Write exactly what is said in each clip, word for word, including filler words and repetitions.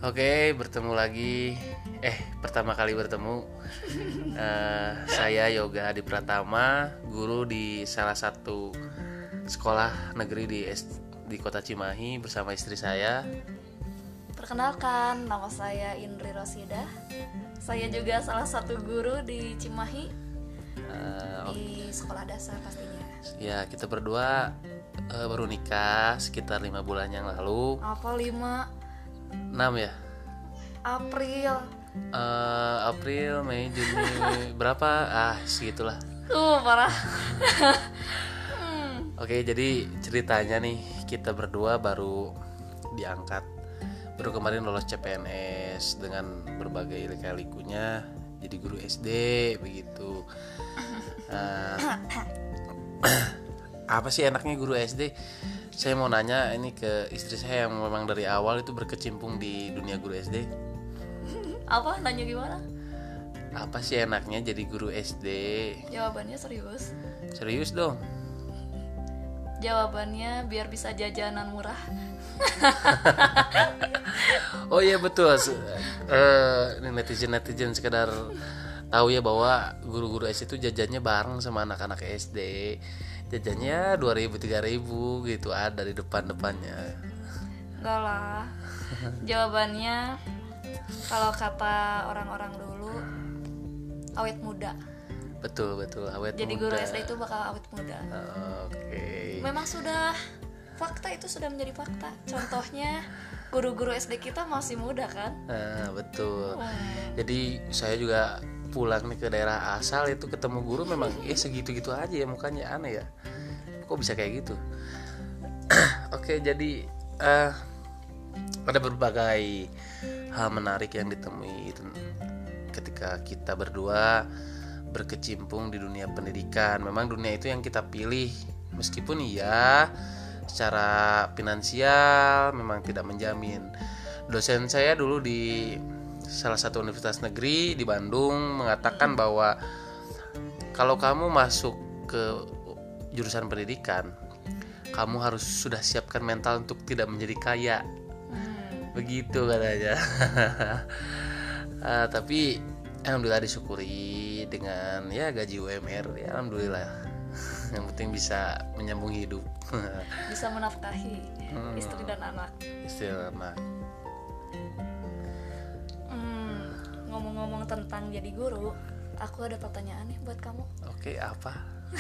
Oke, bertemu lagi. Eh, pertama kali bertemu. Eh, saya Yoga Adi Pratama, guru di salah satu sekolah negeri di di Kota Cimahi bersama istri saya. Perkenalkan, nama saya Indri Rosida. Saya juga salah satu guru di Cimahi, Eh, di sekolah dasar pastinya. Ya, kita berdua eh, baru nikah sekitar lima bulan yang lalu. Apa lima Enam ya. April? Eh, April, Mei, Juni berapa? Ah, segitulah. Uh, parah. Oke, jadi ceritanya nih, kita berdua baru diangkat, baru kemarin lolos C P N S dengan berbagai lika-likunya jadi guru S D begitu. Nah, apa sih enaknya guru S D? Saya mau nanya ini ke istri saya yang memang dari awal itu berkecimpung di dunia guru S D. Apa? Nanya gimana? Apa sih enaknya jadi guru S D? Jawabannya serius. Serius dong. Jawabannya biar bisa jajanan murah. Oh iya betul. Eh, ini netizen-netizen sekedar tahu ya bahwa guru-guru S D itu jajannya bareng sama anak-anak S D. Jajannya dua ribu tiga ribu gitu ada di depan-depannya. Enggak lah. Jawabannya kalau kata orang-orang dulu, awet muda. Betul betul awet Jadi muda. guru S D itu bakal awet muda. Oke. Memang sudah fakta, itu sudah menjadi fakta. Contohnya guru-guru S D kita masih muda kan? Nah, betul. Hmm. Jadi saya juga pulang nih ke daerah asal itu ketemu guru memang eh segitu-gitu aja ya mukanya, aneh ya. Kok bisa kayak gitu? Oke, jadi eh ada berbagai hal menarik yang ditemui ketika kita berdua berkecimpung di dunia pendidikan. Memang dunia itu yang kita pilih, meskipun iya secara finansial memang tidak menjamin. Dosen saya dulu di salah satu universitas negeri di Bandung mengatakan bahwa kalau kamu masuk ke jurusan pendidikan, kamu harus sudah siapkan mental untuk tidak menjadi kaya. Hmm. Begitu katanya. uh, tapi alhamdulillah disyukuri dengan ya gaji U M R ya, alhamdulillah. Yang penting bisa menyambung hidup. Bisa menafkahi Hmm. istri dan anak. Istri dan anak. Hmm, ngomong-ngomong tentang jadi guru, aku ada pertanyaan nih buat kamu. Oke, apa?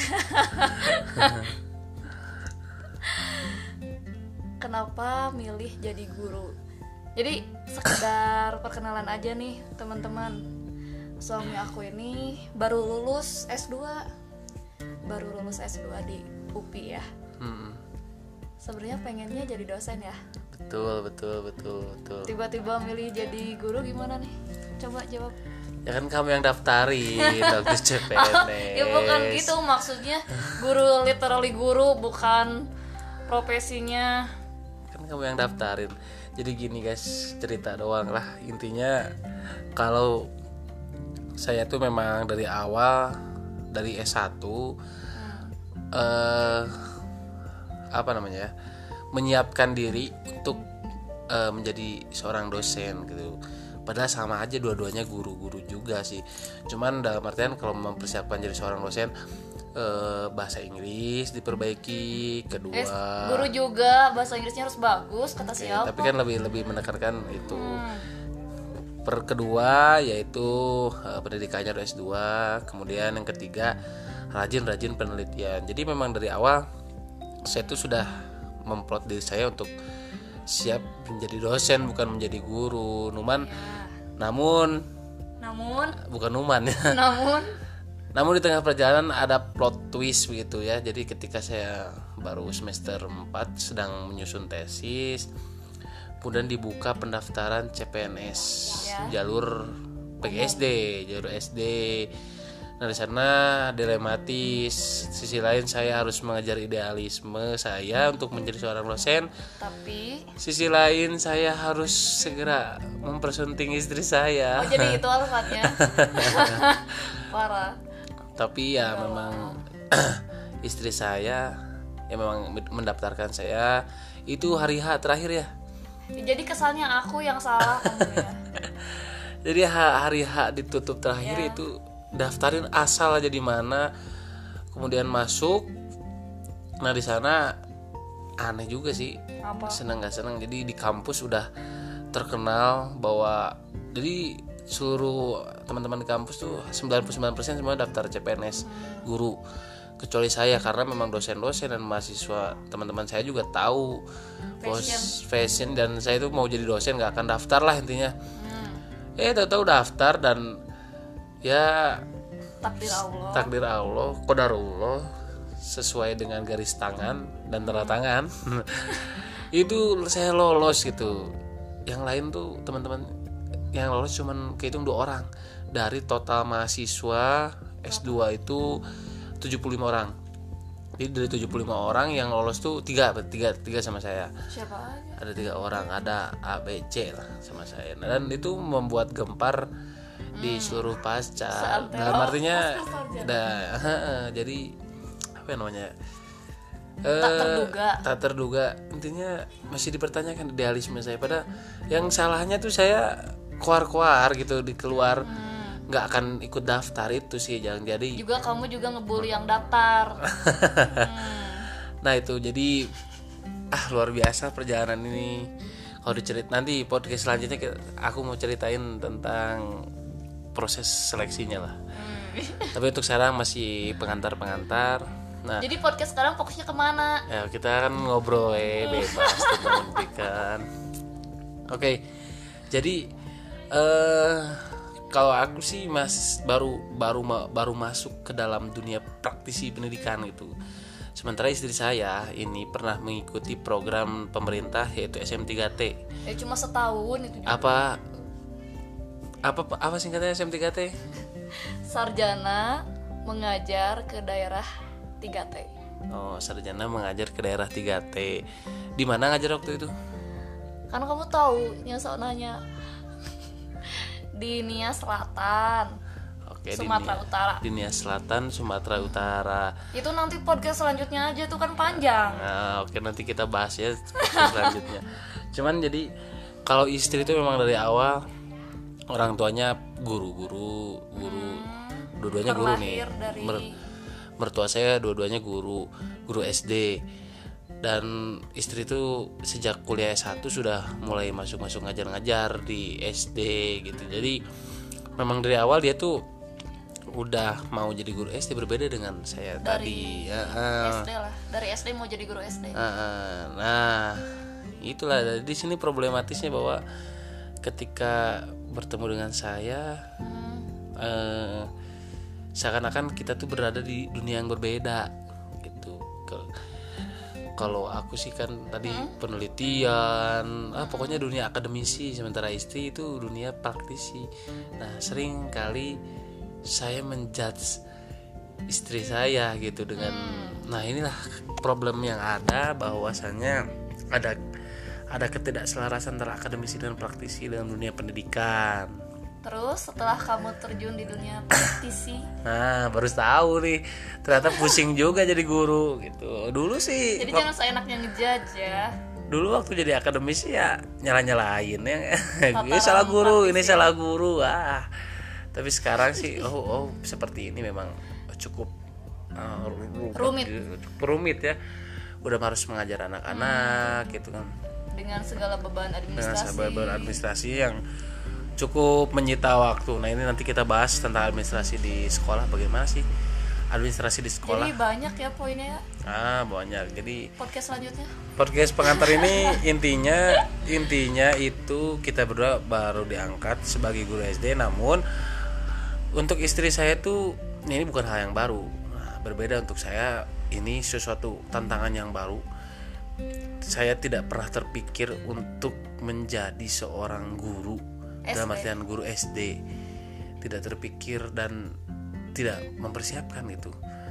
Kenapa milih jadi guru? Jadi sekedar perkenalan aja nih teman-teman. Suami aku ini baru lulus S dua. Baru lulus S dua di U P I ya. Hmm. Sebenarnya pengennya jadi dosen ya. Betul, betul, betul, betul. Tiba-tiba milih jadi guru gimana nih? Coba jawab. Ya kan kamu yang daftarin waktu C P N S. Ya bukan gitu maksudnya, guru literally guru, bukan profesinya. Kan kamu yang daftarin. Jadi gini guys, cerita doang lah. Intinya kalau saya tuh memang dari awal dari S satu Hmm. eh apa namanya ya, menyiapkan diri untuk eh, menjadi seorang dosen gitu. Padahal sama aja dua-duanya guru-guru juga sih. Cuman dalam artian kalau mempersiapkan jadi seorang dosen, eh, bahasa Inggris diperbaiki, kedua Eh, guru juga bahasa Inggrisnya harus bagus kata Oke, siapa? tapi kan lebih lebih menekankan itu. Hmm. Per kedua yaitu eh, pendidikannya S dua, kemudian yang ketiga rajin-rajin penelitian. Jadi memang dari awal saya tuh sudah memplot diri saya untuk siap menjadi dosen bukan menjadi guru. Numan Ya. namun Namun, bukan Numan ya. namun Namun di tengah perjalanan ada plot twist begitu ya. Jadi ketika saya baru semester empat sedang menyusun tesis, kemudian dibuka pendaftaran C P N S Ya. jalur P G S D, jalur S D. Nah di sana dilematis. Sisi lain saya harus mengejar idealisme saya untuk menjadi seorang dosen. tapi Sisi lain saya harus segera mempersunting istri saya. oh jadi itu alasannya. Parah. Tapi ya memang istri saya yang memang mendaftarkan saya itu hari H terakhir ya. Jadi kesannya aku yang salah kamu ya. Jadi hari H ditutup terakhir Ya. itu daftarin asal aja di mana, kemudian masuk. Nah di sana aneh juga sih, Apa? seneng nggak seneng. Jadi di kampus udah terkenal bahwa jadi seluruh teman-teman di kampus tuh sembilan puluh sembilan persen semua daftar C P N S guru, kecuali saya karena memang dosen-dosen dan mahasiswa teman-teman saya juga tahu bos fashion dan saya itu mau jadi dosen nggak akan daftar lah intinya. Hmm. Eh tahu-tahu daftar dan ya Takdir Allah. takdir Allah, qadarullah, sesuai dengan garis tangan dan tanda tangan. Itu saya lolos gitu. Yang lain tuh teman-teman yang lolos cuman kehitung dua orang dari total mahasiswa S dua itu tujuh puluh lima orang. Jadi dari tujuh puluh lima orang yang lolos tuh tiga, tiga, tiga sama saya. Siapa aja? Ada tiga orang, ada A, B, C lah sama saya. Dan itu membuat gempar di seluruh pasca. Seantero Dalam artinya, pasca sarjana. dah, jadi apa ya namanya? Tak Eh, terduga. tak terduga. Intinya masih dipertanyakan idealisme saya. Pada yang salahnya tuh saya keluar-keluar gitu di keluar. Nggak akan ikut daftar itu sih, jangan jadi. Juga kamu juga ngebully yang daftar. hmm. Nah itu jadi ah luar biasa perjalanan ini. Kalau dicerit nanti podcast selanjutnya kita- aku mau ceritain tentang proses seleksinya lah. Hmm. Tapi untuk sekarang masih pengantar-pengantar. Nah, Jadi podcast sekarang fokusnya kemana? ya kita kan ngobrol eh bebas tentang pendidikan. Oke, jadi eh kalau aku sih mas baru baru ma- baru masuk ke dalam dunia praktisi pendidikan gitu. Sementara istri saya ini pernah mengikuti program pemerintah yaitu S M tiga T. Ya cuma setahun itu juga. Apa apa apa singkatnya S M tiga T? Sarjana mengajar ke daerah tiga T. Oh, sarjana mengajar ke daerah tiga T. Di mana ngajar waktu itu? Kan kamu tahu yang sok nanya. Di Nia Selatan. Oke, Sumatera di Nia, Utara. Di Nia Selatan, Sumatera Utara. Itu nanti podcast selanjutnya aja tuh kan panjang. Nah, oke nanti kita bahas ya podcast selanjutnya. Cuman jadi kalau istri itu memang dari awal orang tuanya guru-guru, guru, dua-duanya guru nih. Terlahir dari Mer- mertua saya dua-duanya guru, guru S D. Dan istri itu sejak kuliah S satu sudah mulai masuk-masuk ngajar-ngajar di S D gitu. Jadi memang dari awal dia tuh udah mau jadi guru S D, berbeda dengan saya tadi. Dari Ya, ah. S D lah. Dari S D mau jadi guru S D. Ah, nah, itulah di sini problematisnya bahwa ketika bertemu dengan saya, Hmm. eh, seakan-akan kita tuh berada di dunia yang berbeda gitu. Ke- Kalau aku sih kan tadi penelitian, ah pokoknya dunia akademisi, sementara istri itu dunia praktisi. Nah, sering kali saya menjudge istri saya gitu dengan, nah inilah problem yang ada, bahwasannya ada ada ketidakselarasan antara akademisi dan praktisi dalam dunia pendidikan. Terus setelah kamu terjun di dunia praktisi, Nah, baru tahu nih ternyata pusing juga jadi guru gitu. Dulu sih jadi jangan seenaknya ngejudge ya. dulu waktu jadi akademisi ya nyala-nyalain ya. Ini Tataran salah guru, ini praktisi. salah guru. Ah. Tapi sekarang sih oh oh seperti ini memang cukup uh, ru- Rumit. rumit ya. Udah harus mengajar anak-anak gitu kan. Dengan segala beban Dengan administrasi. sabar administrasi yang cukup menyita waktu. Nah, ini nanti kita bahas tentang administrasi di sekolah, bagaimana sih administrasi di sekolah. Jadi banyak ya poinnya ya. Ah, banyak. Jadi Podcast selanjutnya. podcast pengantar ini intinya intinya itu kita berdua baru diangkat sebagai guru S D, namun untuk istri saya tuh ini bukan hal yang baru. Nah, berbeda untuk saya, ini sesuatu tantangan yang baru. Saya tidak pernah terpikir untuk menjadi seorang guru S D. dalam artian guru S D. Tidak terpikir dan tidak mempersiapkan itu.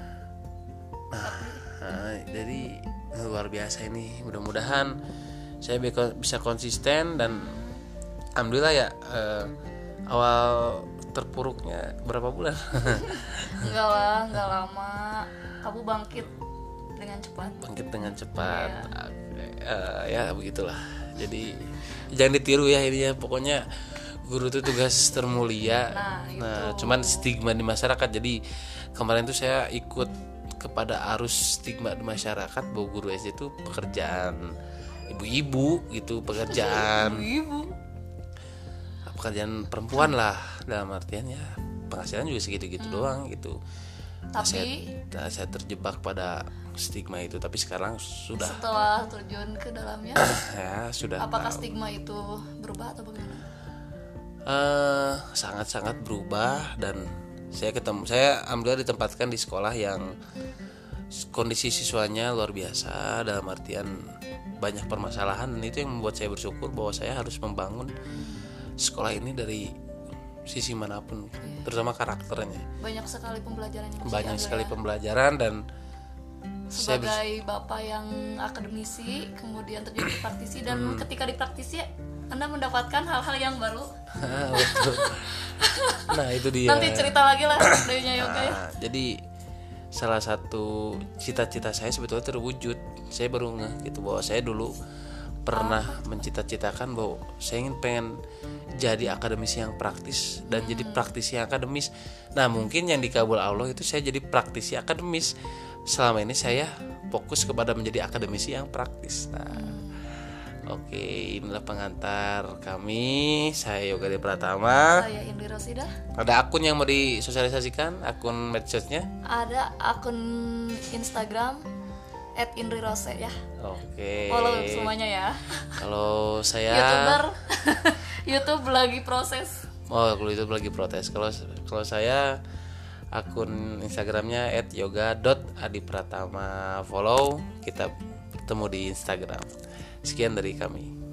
Nah, nah, jadi luar biasa ini. Mudah-mudahan saya bisa konsisten dan alhamdulillah ya, eh, awal terpuruknya berapa bulan? Enggak lah, enggak lama. Kamu bangkit dengan cepat. Bangkit dengan cepat. Eh, ya begitulah. Jadi jangan ditiru ya ini ya, pokoknya guru itu tugas termulia. Nah, itu. Nah, cuman stigma di masyarakat. Jadi kemarin tuh saya ikut kepada arus stigma di masyarakat bahwa guru S D itu pekerjaan ibu-ibu gitu, pekerjaan Ibu. pekerjaan perempuan lah, dalam artian ya penghasilan juga segitu-gitu hmm. doang gitu. Nah, Tapi saya, saya terjebak pada stigma itu, tapi sekarang sudah setelah terjun ke dalamnya ya sudah. Apakah tahu. Stigma itu berubah atau bagaimana? Uh, sangat-sangat berubah, dan saya ketemu saya alhamdulillah ditempatkan di sekolah yang kondisi siswanya luar biasa, dalam artian banyak permasalahan, dan itu yang membuat saya bersyukur bahwa saya harus membangun sekolah ini dari sisi manapun, yeah. terutama karakternya. Banyak sekali pembelajaran yang banyak sekali ya. pembelajaran, dan sebagai saya bapak yang akademisi kemudian terjadi praktisi, dan hmm. ketika di praktisi Anda mendapatkan hal-hal yang baru. Betul. Nah itu dia. Nanti cerita lagi lah dayanya yoga ya. Nah, jadi salah satu cita-cita saya sebetulnya terwujud. Saya baru ngeh gitu bahwa saya dulu pernah oh. mencita-citakan bahwa saya ingin pengen jadi akademisi yang praktis dan hmm. jadi praktisi yang akademis. Nah mungkin yang dikabul Allah itu saya jadi praktisi akademis. Selama ini saya fokus kepada menjadi akademisi yang praktis. Nah hmm. oke, inilah pengantar kami. Saya Yoga Adi Pratama. Saya Indri Rosida. Ada akun yang mau disosialisasikan? Akun medsosnya? Ada akun Instagram et indri rose ya. Oke. Follow semuanya ya. Kalau saya YouTuber YouTube lagi proses. Oh, kalau YouTube lagi protes. Kalau kalau saya akun Instagramnya et yoga dot adi pratama. Follow, kita ketemu di Instagram. Sekian dari kami.